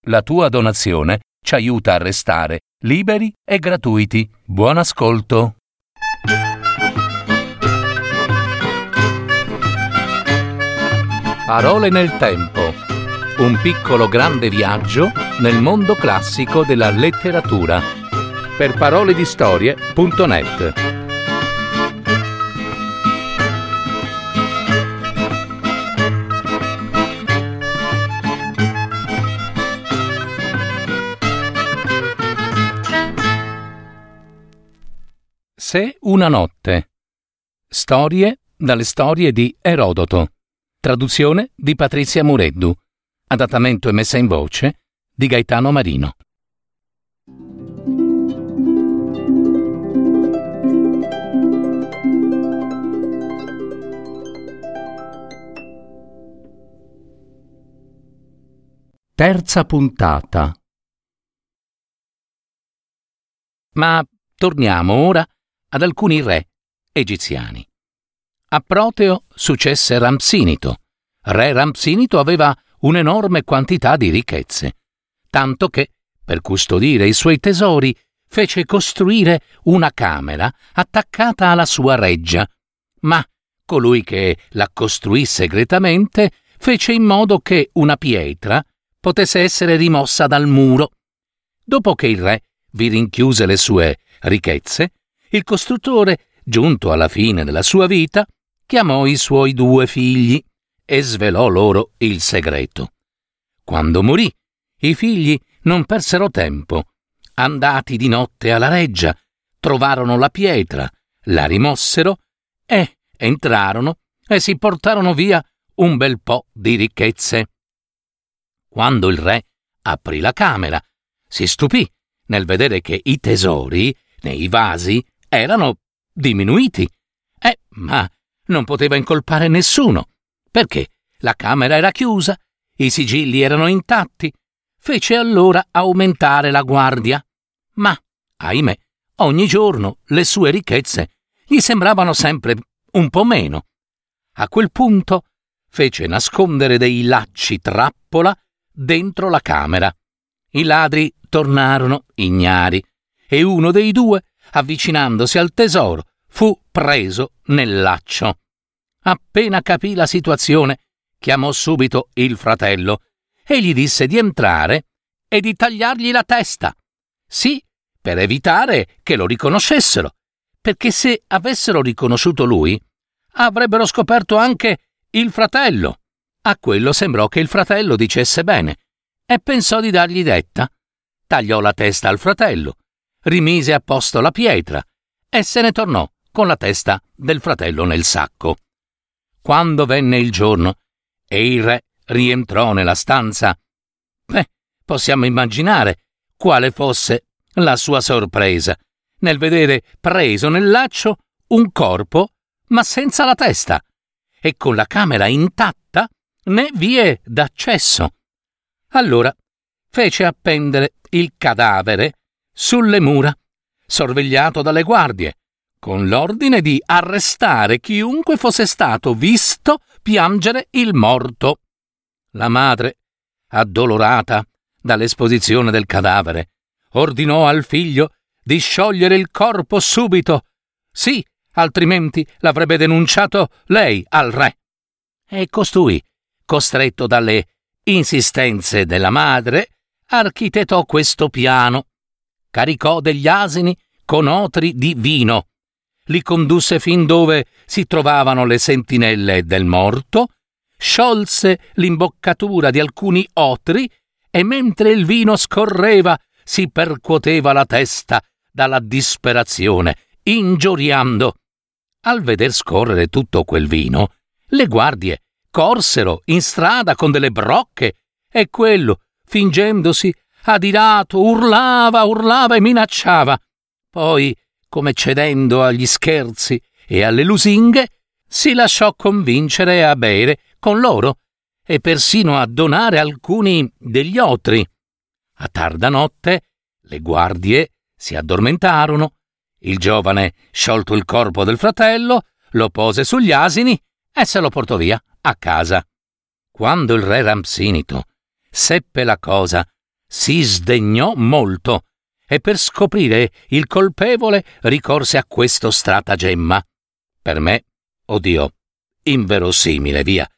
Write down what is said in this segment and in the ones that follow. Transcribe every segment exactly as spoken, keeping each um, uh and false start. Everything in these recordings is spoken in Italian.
La tua donazione ci aiuta a restare liberi e gratuiti. Buon ascolto. Parole nel tempo. Un piccolo grande viaggio nel mondo classico della letteratura. Per paroledistorie punto net. Se una notte. Storie dalle storie di Erodoto. Traduzione di Patrizia Mureddu. Adattamento e messa in voce di Gaetano Marino. Terza puntata. Ma torniamo ora ad alcuni re egiziani. A Proteo successe Rampsinito. Re Rampsinito aveva un'enorme quantità di ricchezze, tanto che, per custodire i suoi tesori, fece costruire una camera attaccata alla sua reggia, ma colui che la costruì segretamente fece in modo che una pietra potesse essere rimossa dal muro. Dopo che il re vi rinchiuse le sue ricchezze, il costruttore, giunto alla fine della sua vita, chiamò i suoi due figli e svelò loro il segreto. Quando morì, i figli non persero tempo. Andati di notte alla reggia, trovarono la pietra, la rimossero e entrarono e si portarono via un bel po' di ricchezze. Quando il re aprì la camera, si stupì nel vedere che i tesori nei vasi erano diminuiti. Eh, ma non poteva incolpare nessuno, perché la camera era chiusa, i sigilli erano intatti. Fece allora aumentare la guardia. Ma, ahimè, ogni giorno le sue ricchezze gli sembravano sempre un po' meno. A quel punto fece nascondere dei lacci trappola dentro la camera. I ladri tornarono ignari e uno dei due, avvicinandosi al tesoro, fu preso nel laccio. Appena capì la situazione, chiamò subito il fratello e gli disse di entrare e di tagliargli la testa. Sì, per evitare che lo riconoscessero, perché se avessero riconosciuto lui, avrebbero scoperto anche il fratello. A quello sembrò che il fratello dicesse bene e pensò di dargli detta. Tagliò la testa al fratello, rimise a posto la pietra e se ne tornò con la testa del fratello nel sacco. Quando venne il giorno e il re rientrò nella stanza, beh, possiamo immaginare quale fosse la sua sorpresa nel vedere preso nel laccio un corpo, ma senza la testa, e con la camera intatta né vie d'accesso. Allora fece appendere il cadavere sulle mura, sorvegliato dalle guardie, con l'ordine di arrestare chiunque fosse stato visto piangere il morto. La madre, addolorata dall'esposizione del cadavere, ordinò al figlio di sciogliere il corpo subito. Sì, altrimenti l'avrebbe denunciato lei al re. E costui, costretto dalle insistenze della madre, architettò questo piano. Caricò degli asini con otri di vino, li condusse fin dove si trovavano le sentinelle del morto, sciolse l'imboccatura di alcuni otri e mentre il vino scorreva si percuoteva la testa dalla disperazione, ingiuriando. Al veder scorrere tutto quel vino, le guardie corsero in strada con delle brocche e quello, fingendosi adirato, urlava, urlava e minacciava. Poi, come cedendo agli scherzi e alle lusinghe, si lasciò convincere a bere con loro e persino a donare alcuni degli otri. A tarda notte le guardie si addormentarono. Il giovane, sciolto il corpo del fratello, lo pose sugli asini e se lo portò via a casa. Quando il re Rampsinito seppe la cosa, si sdegnò molto e per scoprire il colpevole ricorse a questo stratagemma. Per me, oddio, inverosimile, via.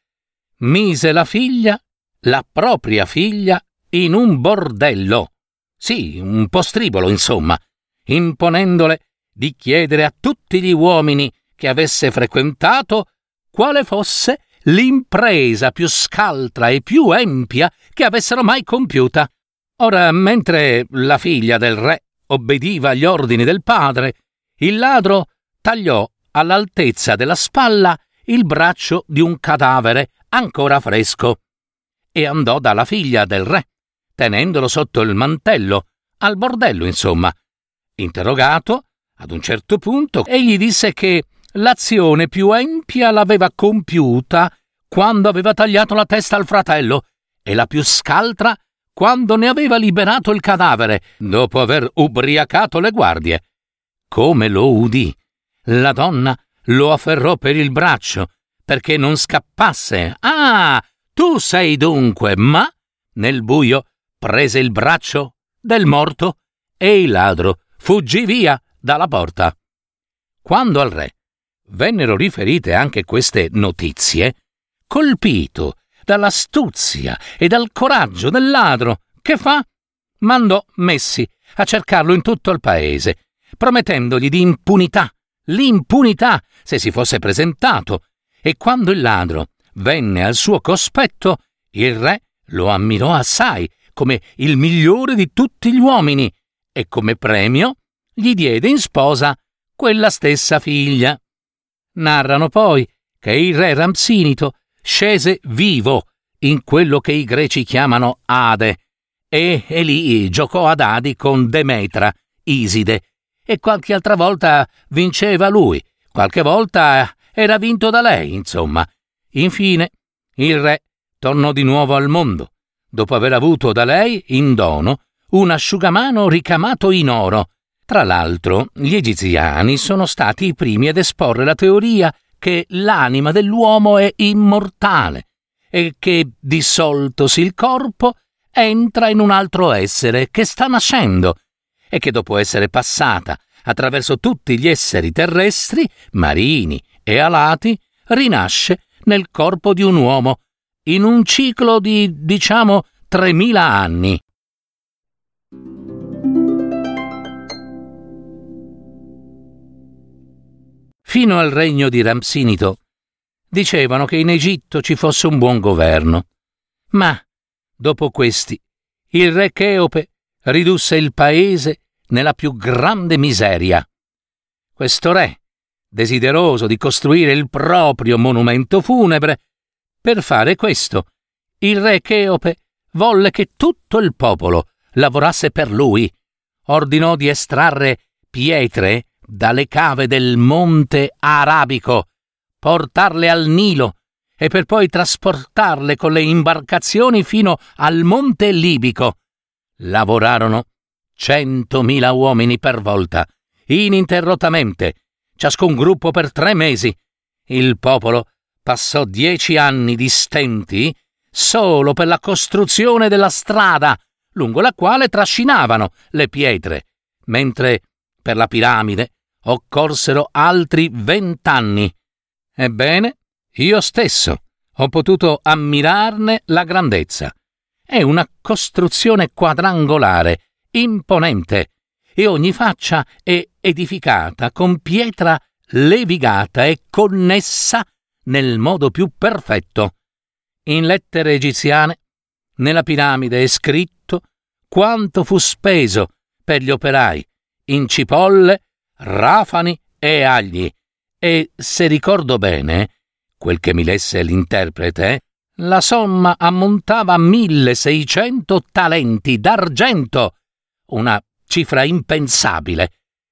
Mise la figlia, la propria figlia, in un bordello. Sì, un postribolo, insomma, imponendole di chiedere a tutti gli uomini che avesse frequentato quale fosse l'impresa più scaltra e più empia che avessero mai compiuta. Ora, mentre la figlia del re obbediva agli ordini del padre, il ladro tagliò all'altezza della spalla il braccio di un cadavere ancora fresco e andò dalla figlia del re, tenendolo sotto il mantello, al bordello, insomma. Interrogato, ad un certo punto, egli disse che l'azione più empia l'aveva compiuta quando aveva tagliato la testa al fratello e la più scaltra quando ne aveva liberato il cadavere dopo aver ubriacato le guardie. Come lo udì, la donna lo afferrò per il braccio perché non scappasse. «Ah, tu sei dunque!» Ma nel buio prese il braccio del morto e il ladro fuggì via dalla porta. Quando al re vennero riferite anche queste notizie, colpito dall'astuzia e dal coraggio del ladro, che fa? Mandò messi a cercarlo in tutto il paese, promettendogli di impunità, l'impunità se si fosse presentato, e quando il ladro venne al suo cospetto, il re lo ammirò assai come il migliore di tutti gli uomini e come premio gli diede in sposa quella stessa figlia. Narrano poi che il re Ramsinito scese vivo in quello che i greci chiamano Ade e, e lì giocò a dadi con Demetra, Iside, e qualche altra volta vinceva lui, qualche volta era vinto da lei, insomma. Infine il re tornò di nuovo al mondo, dopo aver avuto da lei in dono un asciugamano ricamato in oro. Tra l'altro, gli egiziani sono stati i primi ad esporre la teoria che l'anima dell'uomo è immortale e che, dissoltosi il corpo, entra in un altro essere che sta nascendo e che dopo essere passata attraverso tutti gli esseri terrestri, marini e alati, rinasce nel corpo di un uomo in un ciclo di, diciamo, tremila anni. Fino al regno di Ramsinito dicevano che in Egitto ci fosse un buon governo, ma dopo questi il re Cheope ridusse il paese nella più grande miseria. Questo re, desideroso di costruire il proprio monumento funebre, per fare questo, il re Cheope volle che tutto il popolo lavorasse per lui, ordinò di estrarre pietre dalle cave del monte Arabico, portarle al Nilo e per poi trasportarle con le imbarcazioni fino al monte Libico. Lavorarono centomila uomini per volta, ininterrottamente, ciascun gruppo per tre mesi. Il popolo passò dieci anni di stenti solo per la costruzione della strada lungo la quale trascinavano le pietre, mentre per la piramide occorsero altri vent'anni. Ebbene, io stesso ho potuto ammirarne la grandezza. È una costruzione quadrangolare, imponente, e ogni faccia è edificata con pietra levigata e connessa nel modo più perfetto. In lettere egiziane, nella piramide è scritto quanto fu speso per gli operai in cipolle, rafani e agli, e se ricordo bene, quel che mi lesse l'interprete, la somma ammontava a milleseicento talenti d'argento, una cifra impensabile.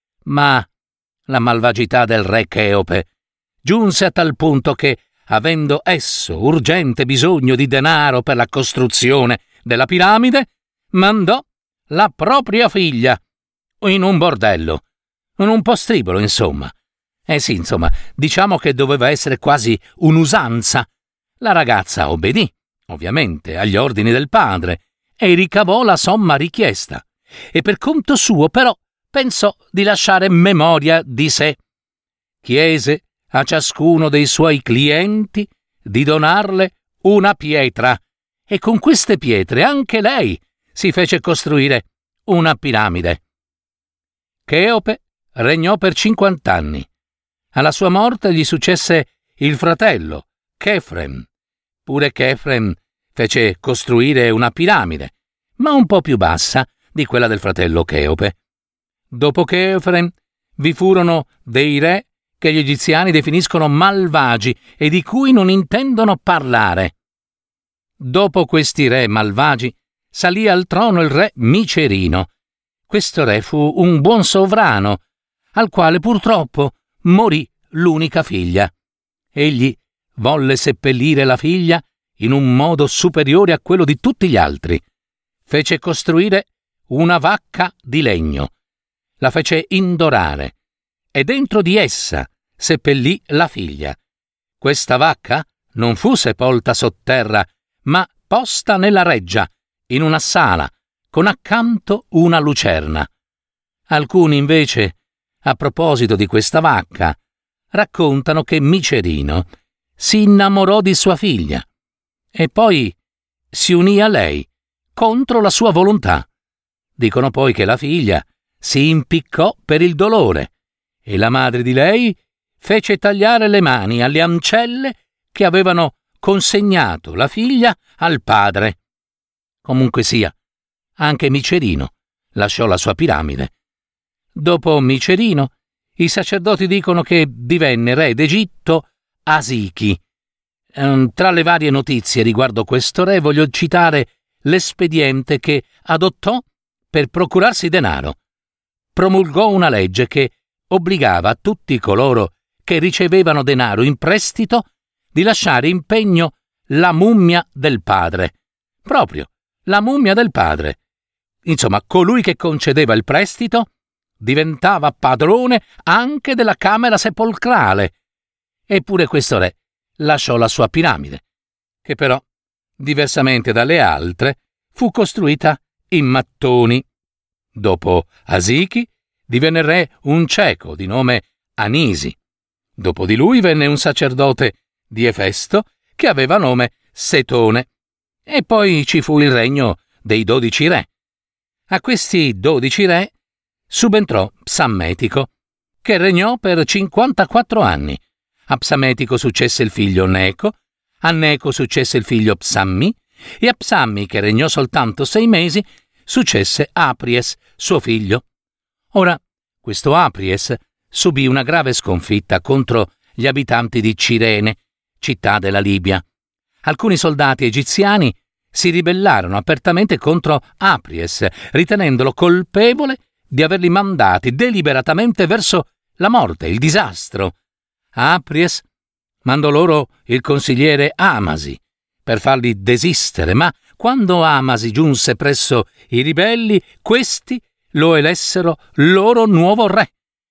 Ma la malvagità del re Cheope giunse a tal punto che, avendo esso urgente bisogno di denaro per la costruzione della piramide, mandò la propria figlia in un bordello, in un postribolo, insomma. Eh sì, insomma, diciamo che doveva essere quasi un'usanza. La ragazza obbedì, ovviamente, agli ordini del padre e ricavò la somma richiesta, e per conto suo però pensò di lasciare memoria di sé. Chiese a ciascuno dei suoi clienti di donarle una pietra, e con queste pietre anche lei si fece costruire una piramide. Cheope regnò per cinquant'anni. Alla sua morte gli successe il fratello, Chefren. Pure Chefren fece costruire una piramide, ma un po' più bassa di quella del fratello Cheope. Dopo Chefren vi furono dei re che gli egiziani definiscono malvagi e di cui non intendono parlare. Dopo questi re malvagi salì al trono il re Micerino. Questo re fu un buon sovrano, al quale purtroppo morì l'unica figlia. Egli volle seppellire la figlia in un modo superiore a quello di tutti gli altri. Fece costruire una vacca di legno, la fece indorare e dentro di essa seppellì la figlia. Questa vacca non fu sepolta sotterra, ma posta nella reggia, in una sala, con accanto una lucerna. Alcuni invece, a proposito di questa vacca, raccontano che Micerino si innamorò di sua figlia e poi si unì a lei contro la sua volontà. Dicono poi che la figlia si impiccò per il dolore e la madre di lei fece tagliare le mani alle ancelle che avevano consegnato la figlia al padre. Comunque sia, anche Micerino lasciò la sua piramide. Dopo Micerino, i sacerdoti dicono che divenne re d'Egitto Asichi. Ehm, tra le varie notizie riguardo questo re voglio citare l'espediente che adottò per procurarsi denaro. Promulgò una legge che obbligava a tutti coloro che ricevevano denaro in prestito di lasciare in pegno la mummia del padre. Proprio, la mummia del padre. Insomma, colui che concedeva il prestito diventava padrone anche della camera sepolcrale. Eppure questo re lasciò la sua piramide, che però, diversamente dalle altre, fu costruita in mattoni. Dopo Asichi divenne re un ceco di nome Anisi. Dopo di lui venne un sacerdote di Efesto che aveva nome Setone. E poi ci fu il regno dei dodici re. A questi dodici re subentrò Psammetico, che regnò per cinquantaquattro anni. A Psammetico successe il figlio Neco, a Neco successe il figlio Psammi, e a Psammi, che regnò soltanto sei mesi, successe Apries, suo figlio. Ora, questo Apries subì una grave sconfitta contro gli abitanti di Cirene, città della Libia. Alcuni soldati egiziani si ribellarono apertamente contro Apries, ritenendolo colpevole di averli mandati deliberatamente verso la morte, il disastro. Apries mandò loro il consigliere Amasi per farli desistere, ma quando Amasi giunse presso i ribelli, questi lo elessero loro nuovo re.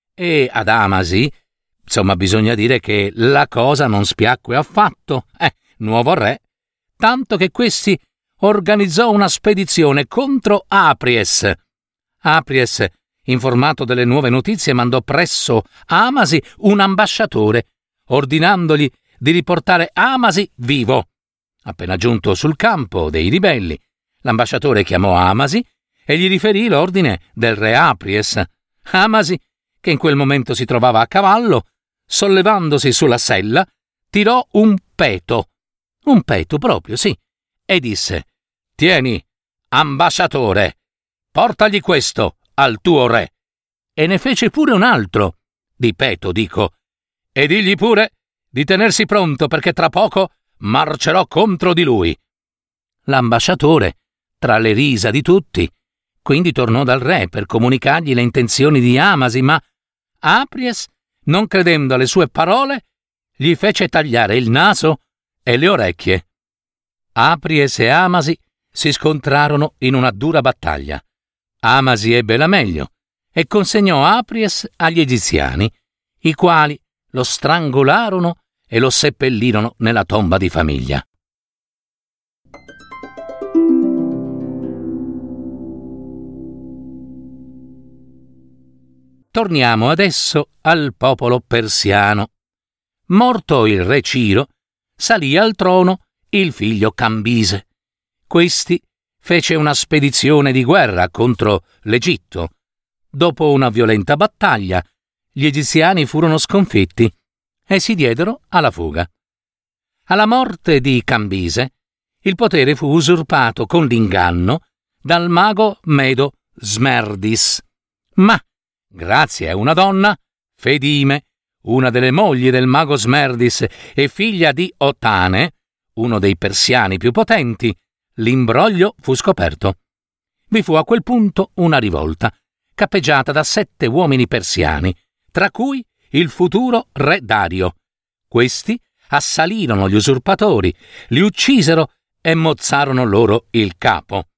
E ad Amasi, insomma, bisogna dire che la cosa non spiacque affatto. Eh, nuovo re, tanto che questi organizzò una spedizione contro Apries. Apries, informato delle nuove notizie, mandò presso Amasi un ambasciatore, ordinandogli di riportare Amasi vivo. Appena giunto sul campo dei ribelli, l'ambasciatore chiamò Amasi e gli riferì l'ordine del re Apries. Amasi, che in quel momento si trovava a cavallo, sollevandosi sulla sella, tirò un peto. Un peto proprio, sì, e disse: «Tieni, ambasciatore, portagli questo al tuo re». E ne fece pure un altro, di peto dico, «E digli pure di tenersi pronto perché tra poco marcerò contro di lui». L'ambasciatore, tra le risa di tutti, quindi tornò dal re per comunicargli le intenzioni di Amasi, ma Apries, non credendo alle sue parole, gli fece tagliare il naso e le orecchie. Apries e Amasi si scontrarono in una dura battaglia. Amasi ebbe la meglio e consegnò Apries agli egiziani, i quali lo strangolarono e lo seppellirono nella tomba di famiglia. Torniamo adesso al popolo persiano. Morto il re Ciro, salì al trono il figlio Cambise. Questi fece una spedizione di guerra contro l'Egitto. Dopo una violenta battaglia, gli egiziani furono sconfitti e si diedero alla fuga. Alla morte di Cambise, il potere fu usurpato con l'inganno dal mago Medo Smerdis. Ma, grazie a una donna, Fedime, una delle mogli del mago Smerdis e figlia di Otane, uno dei persiani più potenti, l'imbroglio fu scoperto. Vi fu a quel punto una rivolta, cappeggiata da sette uomini persiani, tra cui il futuro re Dario. Questi assalirono gli usurpatori, li uccisero e mozzarono loro il capo.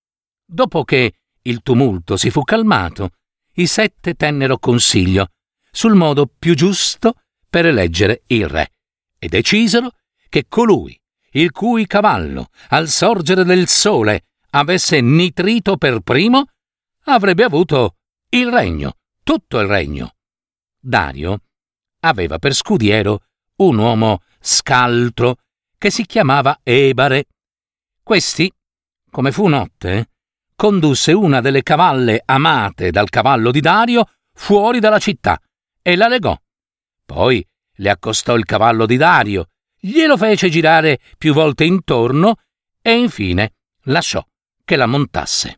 Dopo che il tumulto si fu calmato, i sette tennero consiglio sul modo più giusto per eleggere il re e decisero che colui il cui cavallo al sorgere del sole avesse nitrito per primo avrebbe avuto il regno, tutto il regno. Dario aveva per scudiero un uomo scaltro che si chiamava Ebare. Questi, come fu notte, condusse una delle cavalle amate dal cavallo di Dario fuori dalla città e la legò. Poi le accostò il cavallo di Dario, glielo fece girare più volte intorno e infine lasciò che la montasse.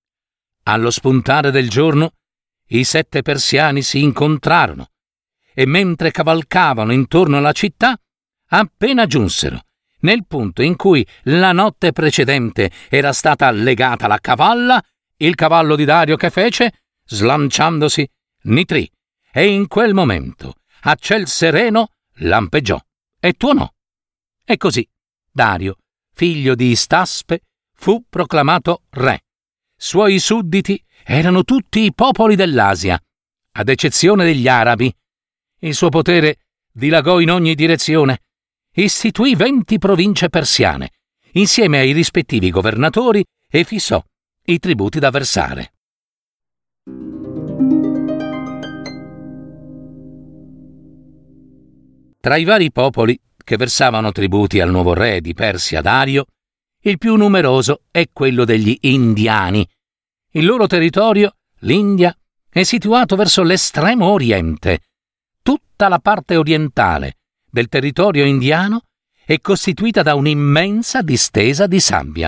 Allo spuntare del giorno, i sette persiani si incontrarono e mentre cavalcavano intorno alla città, appena giunsero nel punto in cui la notte precedente era stata legata la cavalla, il cavallo di Dario che fece? Slanciandosi, nitrì e in quel momento, a ciel sereno, lampeggiò e tuonò. E così Dario, figlio di Istaspe, fu proclamato re. Suoi sudditi erano tutti i popoli dell'Asia, ad eccezione degli arabi. Il suo potere dilagò in ogni direzione. Istituì venti province persiane, insieme ai rispettivi governatori, e fissò i tributi da versare. Tra i vari popoli che versavano tributi al nuovo re di Persia Dario, il più numeroso è quello degli indiani. Il loro territorio, l'India, è situato verso l'estremo oriente. Tutta la parte orientale del territorio indiano è costituita da un'immensa distesa di sabbia.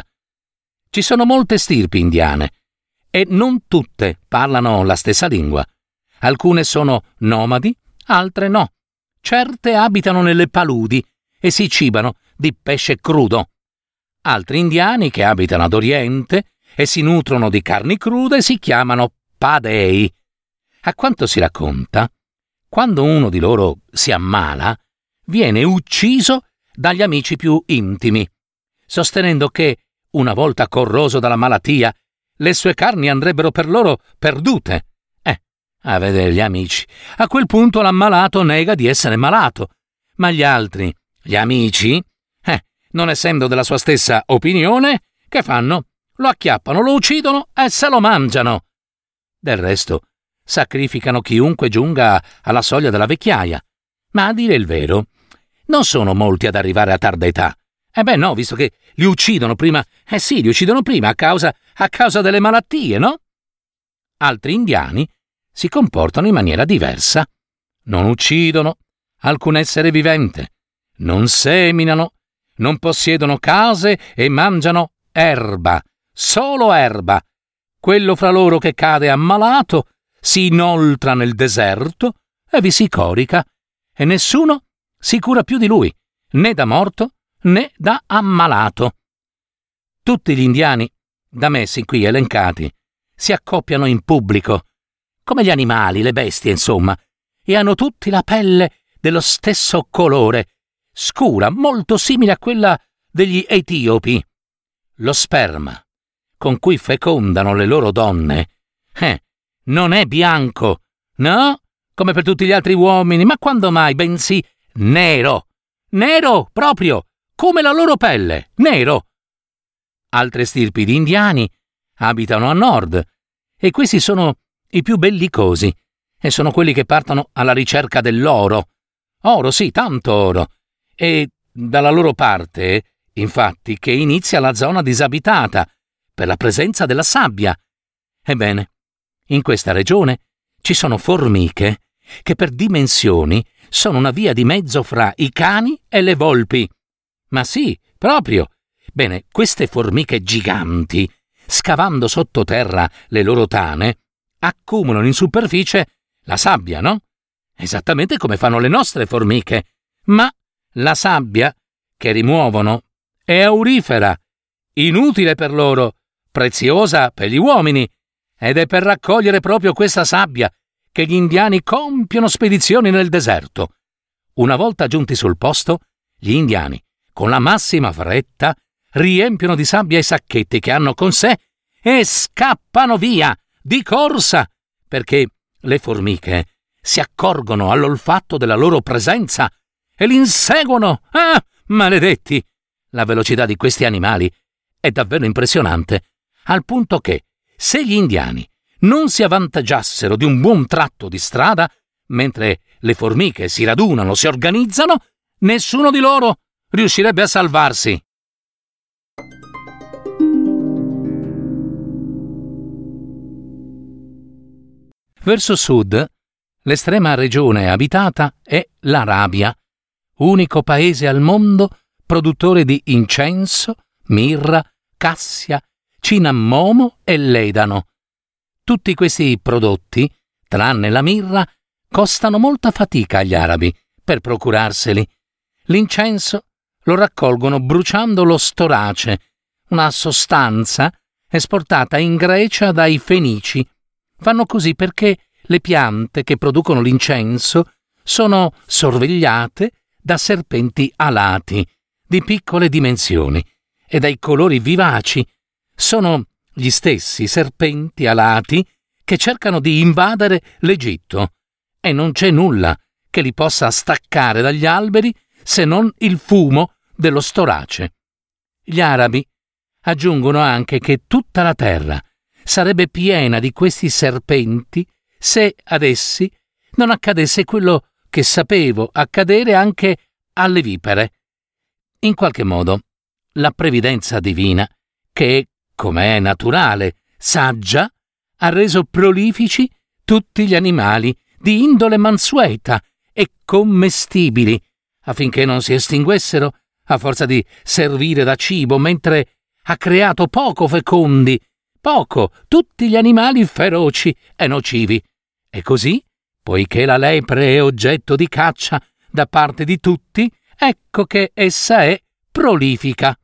Ci sono molte stirpi indiane e non tutte parlano la stessa lingua. Alcune sono nomadi, altre no. Certe abitano nelle paludi e si cibano di pesce crudo. Altri indiani che abitano ad oriente e si nutrono di carni crude si chiamano padei. A quanto si racconta, quando uno di loro si ammala, viene ucciso dagli amici più intimi, sostenendo che, una volta corroso dalla malattia, le sue carni andrebbero per loro perdute. Eh, a vedere gli amici. A quel punto l'ammalato nega di essere malato, ma gli altri, gli amici, eh, non essendo della sua stessa opinione, che fanno? Lo acchiappano, lo uccidono e se lo mangiano. Del resto, sacrificano chiunque giunga alla soglia della vecchiaia. Ma a dire il vero, non sono molti ad arrivare a tarda età. Eh beh no, visto che li uccidono prima, eh sì, li uccidono prima a causa, a causa delle malattie, no? Altri indiani si comportano in maniera diversa. Non uccidono alcun essere vivente, non seminano, non possiedono case e mangiano erba, solo erba. Quello fra loro che cade ammalato si inoltra nel deserto e vi si corica, e nessuno si cura più di lui, né da morto né da ammalato. Tutti gli indiani, da me sin qui elencati, si accoppiano in pubblico, come gli animali, le bestie, insomma, e hanno tutti la pelle dello stesso colore, scura, molto simile a quella degli etiopi. Lo sperma con cui fecondano le loro donne, eh, non è bianco, no? Come per tutti gli altri uomini, ma quando mai, bensì nero. Nero, proprio, come la loro pelle, nero. Altre stirpi di indiani abitano a nord, e questi sono i più bellicosi, e sono quelli che partono alla ricerca dell'oro. Oro, sì, tanto oro. E dalla loro parte, infatti, che inizia la zona disabitata, per la presenza della sabbia. Ebbene, in questa regione ci sono formiche che per dimensioni sono una via di mezzo fra i cani e le volpi. Ma sì, proprio. Bene, queste formiche giganti, scavando sottoterra le loro tane, accumulano in superficie la sabbia, no? Esattamente come fanno le nostre formiche. Ma la sabbia che rimuovono è aurifera, inutile per loro, preziosa per gli uomini, ed è per raccogliere proprio questa sabbia che gli indiani compiono spedizioni nel deserto. Una volta giunti sul posto, gli indiani, con la massima fretta, riempiono di sabbia i sacchetti che hanno con sé e scappano via, di corsa, perché le formiche si accorgono all'olfatto della loro presenza e li inseguono. Ah, maledetti! La velocità di questi animali è davvero impressionante, al punto che, se gli indiani non si avvantaggiassero di un buon tratto di strada, mentre le formiche si radunano, si organizzano, nessuno di loro riuscirebbe a salvarsi. Verso sud, l'estrema regione abitata è l'Arabia, unico paese al mondo produttore di incenso, mirra, cassia, cinammomo e ledano. Tutti questi prodotti, tranne la mirra, costano molta fatica agli arabi per procurarseli. L'incenso lo raccolgono bruciando lo storace, una sostanza esportata in Grecia dai Fenici. Fanno così perché le piante che producono l'incenso sono sorvegliate da serpenti alati, di piccole dimensioni, e dai colori vivaci. Sono gli stessi serpenti alati che cercano di invadere l'Egitto, e non c'è nulla che li possa staccare dagli alberi se non il fumo dello storace. Gli arabi aggiungono anche che tutta la terra sarebbe piena di questi serpenti se ad essi non accadesse quello che sapevo accadere anche alle vipere. In qualche modo, la previdenza divina, che, come è naturale, saggia, ha reso prolifici tutti gli animali di indole mansueta e commestibili, affinché non si estinguessero a forza di servire da cibo, mentre ha creato poco fecondi, poco, tutti gli animali feroci e nocivi. E così, poiché la lepre è oggetto di caccia da parte di tutti, ecco che essa è prolifica.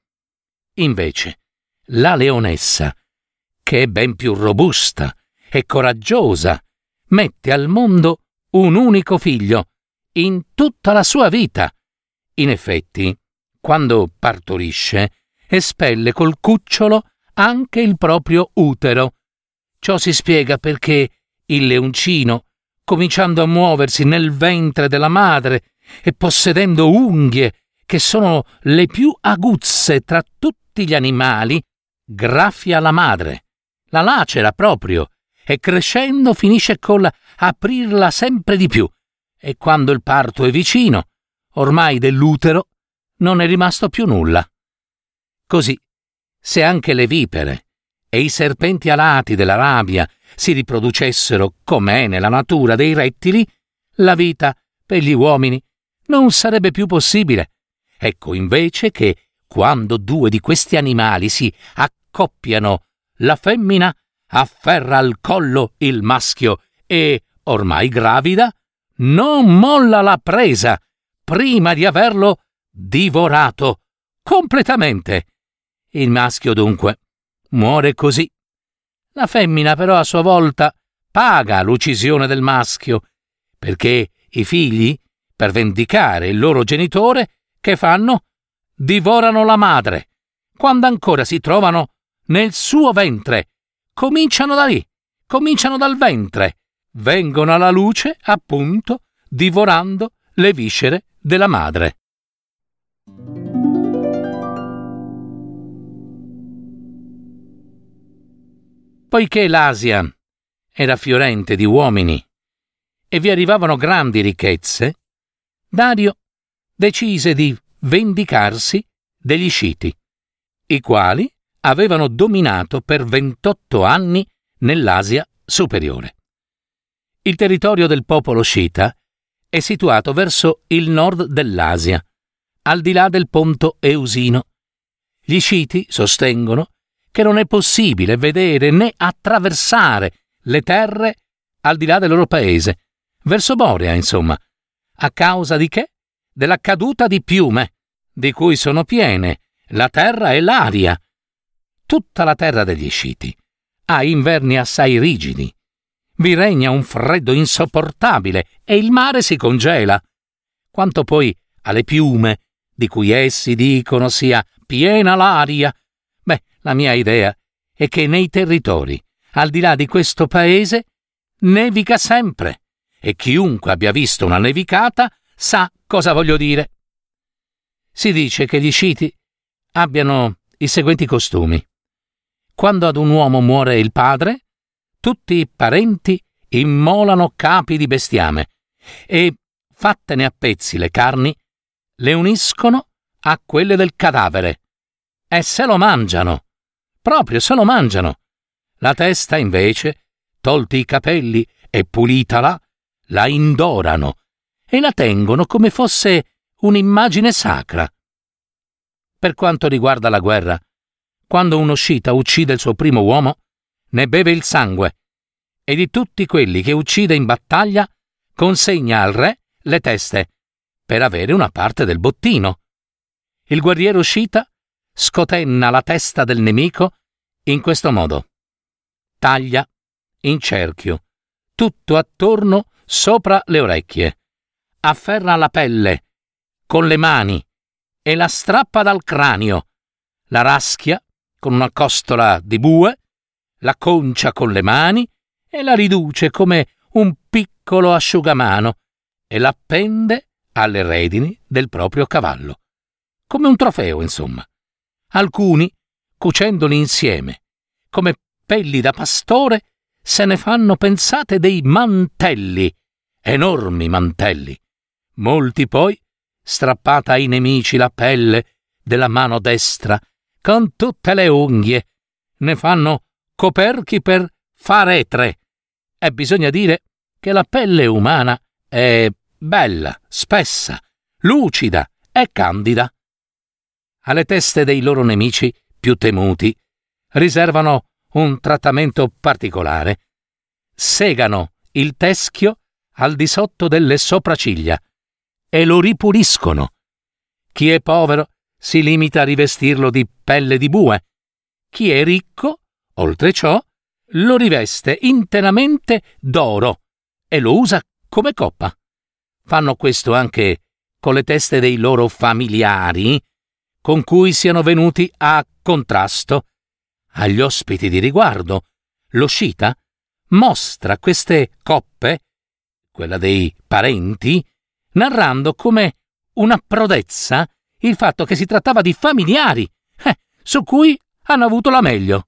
Invece, la leonessa, che è ben più robusta e coraggiosa, mette al mondo un unico figlio in tutta la sua vita. In effetti, quando partorisce, espelle col cucciolo anche il proprio utero. Ciò si spiega perché il leoncino, cominciando a muoversi nel ventre della madre e possedendo unghie che sono le più aguzze tra tutti gli animali, graffia la madre, la lacera proprio, e crescendo finisce col aprirla sempre di più, e quando il parto è vicino, ormai dell'utero non è rimasto più nulla. Così, se anche le vipere e i serpenti alati dell'Arabia si riproducessero com'è nella natura dei rettili, la vita per gli uomini non sarebbe più possibile. Ecco invece che, quando due di questi animali si accoppiano, la femmina afferra al collo il maschio e, ormai gravida, non molla la presa prima di averlo divorato completamente. Il maschio dunque muore così. La femmina però a sua volta paga l'uccisione del maschio, perché i figli, per vendicare il loro genitore, che fanno? Divorano la madre. Quando ancora si trovano nel suo ventre, cominciano da lì, cominciano dal ventre, vengono alla luce, appunto, divorando le viscere della madre. Poiché l'Asia era fiorente di uomini e vi arrivavano grandi ricchezze, Dario decise di vendicarsi degli Sciti, i quali avevano dominato per ventotto anni nell'Asia superiore. Il territorio del popolo sciita è situato verso il nord dell'Asia, al di là del Ponto Eusino. Gli sciiti sostengono che non è possibile vedere né attraversare le terre al di là del loro paese, verso Borea, insomma, a causa di che? Della caduta di piume, di cui sono piene la terra e l'aria. Tutta la terra degli sciiti ha inverni assai rigidi. Vi regna un freddo insopportabile e il mare si congela. Quanto poi alle piume, di cui essi dicono sia piena l'aria, beh, la mia idea è che nei territori, al di là di questo paese, nevica sempre, e chiunque abbia visto una nevicata sa cosa voglio dire. Si dice che gli sciiti abbiano i seguenti costumi. Quando ad un uomo muore il padre, tutti i parenti immolano capi di bestiame e, fattene a pezzi le carni, le uniscono a quelle del cadavere e se lo mangiano, proprio se lo mangiano. La testa, invece, tolti i capelli e pulitala, la indorano e la tengono come fosse un'immagine sacra. Per quanto riguarda la guerra, quando uno sciita uccide il suo primo uomo, ne beve il sangue, e di tutti quelli che uccide in battaglia consegna al re le teste, per avere una parte del bottino. Il guerriero sciita scotenna la testa del nemico in questo modo. Taglia in cerchio, tutto attorno sopra le orecchie, afferra la pelle con le mani e la strappa dal cranio, la raschia con una costola di bue, la concia con le mani e la riduce come un piccolo asciugamano e l'appende alle redini del proprio cavallo, come un trofeo, insomma. Alcuni, cucendoli insieme, come pelli da pastore, se ne fanno, pensate, dei mantelli, enormi mantelli. Molti poi, strappata ai nemici la pelle della mano destra, con tutte le unghie, ne fanno coperchi per faretre. E bisogna dire che la pelle umana è bella, spessa, lucida e candida. Alle teste dei loro nemici più temuti riservano un trattamento particolare. Segano il teschio al di sotto delle sopracciglia e lo ripuliscono. Chi è povero si limita a rivestirlo di pelle di bue. Chi è ricco, oltre ciò, lo riveste interamente d'oro e lo usa come coppa. Fanno questo anche con le teste dei loro familiari, con cui siano venuti a contrasto. Agli ospiti di riguardo, lo sciita mostra queste coppe, quella dei parenti, narrando come una prodezza il fatto che si trattava di familiari, eh, su cui hanno avuto la meglio.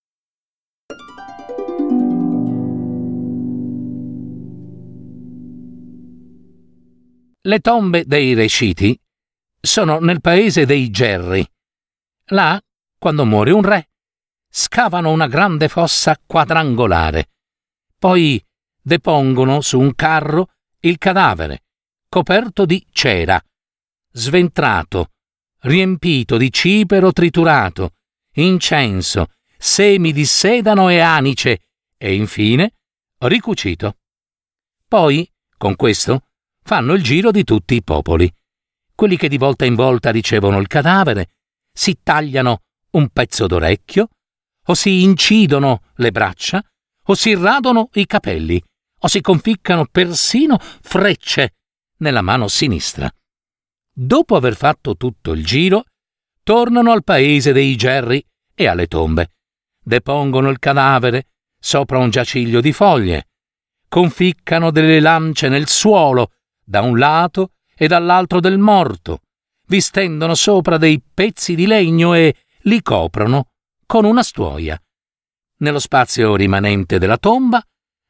Le tombe dei re sciiti sono nel paese dei Gerri. Là, quando muore un re, scavano una grande fossa quadrangolare. Poi depongono su un carro il cadavere, coperto di cera, sventrato, riempito di cipero triturato, incenso, semi di sedano e anice e infine ricucito. Poi, con questo, fanno il giro di tutti i popoli. Quelli che di volta in volta ricevono il cadavere si tagliano un pezzo d'orecchio, o si incidono le braccia, o si radono i capelli, o si conficcano persino frecce nella mano sinistra. Dopo aver fatto tutto il giro, tornano al paese dei Gerri e alle tombe. Depongono il cadavere sopra un giaciglio di foglie, conficcano delle lance nel suolo da un lato e dall'altro del morto, vi stendono sopra dei pezzi di legno e li coprono con una stuoia. Nello spazio rimanente della tomba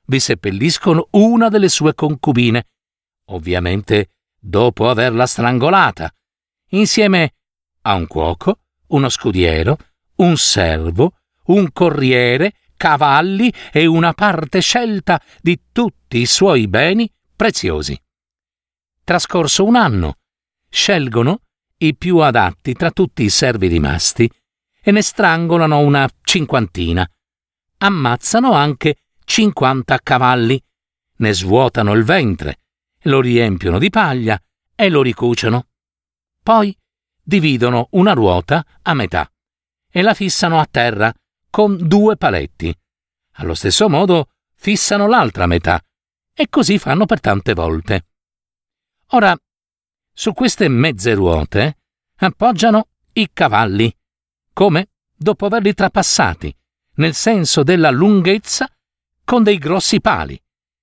vi seppelliscono una delle sue concubine, ovviamente dopo averla strangolata, insieme a un cuoco, uno scudiero, un servo, un corriere, cavalli e una parte scelta di tutti i suoi beni preziosi. Trascorso un anno, scelgono i più adatti tra tutti i servi rimasti e ne strangolano una cinquantina. Ammazzano anche cinquanta cavalli, ne svuotano il ventre, lo riempiono di paglia e lo ricuciono. Poi dividono una ruota a metà e la fissano a terra con due paletti. Allo stesso modo fissano l'altra metà e così fanno per tante volte. Ora, su queste mezze ruote appoggiano i cavalli, come dopo averli trapassati, nel senso della lunghezza, con dei grossi pali.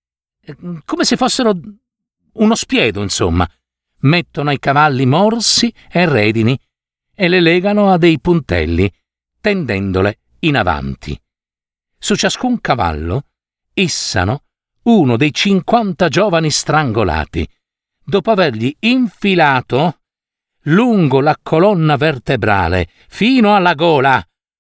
Come se fossero uno spiedo, insomma. Mettono i cavalli morsi e redini e le legano a dei puntelli, tendendole in avanti. Su ciascun cavallo issano uno dei cinquanta giovani strangolati, dopo avergli infilato lungo la colonna vertebrale fino alla gola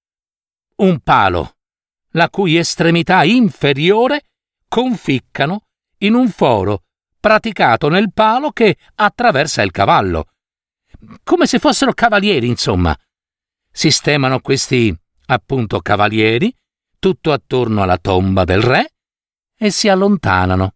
un palo, la cui estremità inferiore conficcano in un foro praticato nel palo che attraversa il cavallo. Come se fossero cavalieri, insomma. Sistemano questi, appunto, cavalieri tutto attorno alla tomba del re e si allontanano.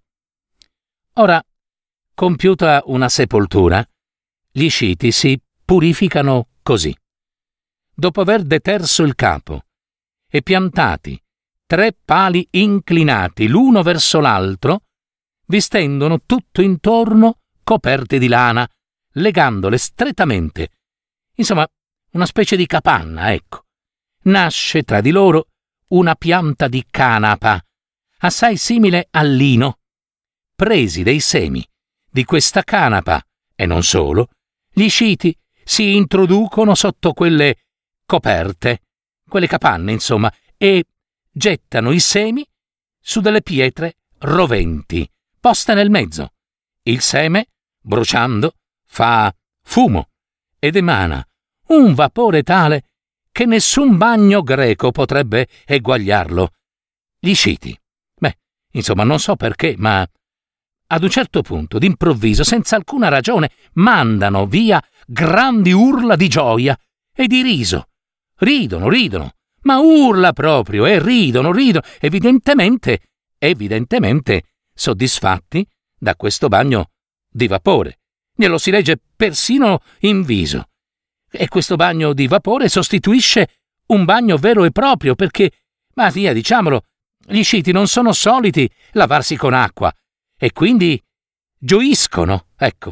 Ora, compiuta una sepoltura, gli sciti si purificano così. Dopo aver deterso il capo e piantati tre pali inclinati l'uno verso l'altro, vi stendono tutto intorno coperti di lana, legandole strettamente. Insomma, una specie di capanna, ecco. Nasce tra di loro una pianta di canapa, assai simile al lino. Presi dei semi di questa canapa, e non solo, gli sciti si introducono sotto quelle coperte, quelle capanne, insomma, e gettano i semi su delle pietre roventi, poste nel mezzo. Il seme, bruciando, fa fumo ed emana un vapore tale che nessun bagno greco potrebbe eguagliarlo. Gli sciti, beh, insomma, non so perché, ma ad un certo punto, d'improvviso, senza alcuna ragione, mandano via grandi urla di gioia e di riso. Ridono, ridono, ma urla proprio, e ridono, ridono, evidentemente, evidentemente soddisfatti da questo bagno di vapore. Glielo si legge persino in viso. E questo bagno di vapore sostituisce un bagno vero e proprio perché, ma via, diciamolo, gli sciti non sono soliti lavarsi con acqua e quindi gioiscono, ecco.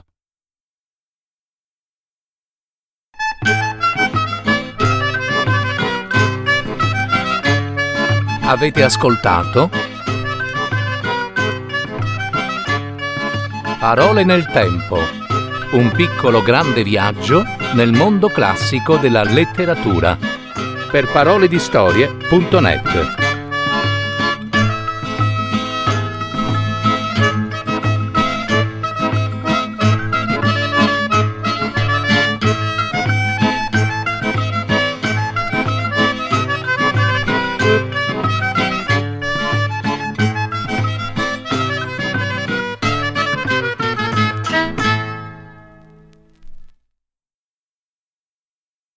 Avete ascoltato Parole nel tempo, un piccolo grande viaggio nel mondo classico della letteratura, per paroledistorie punto net.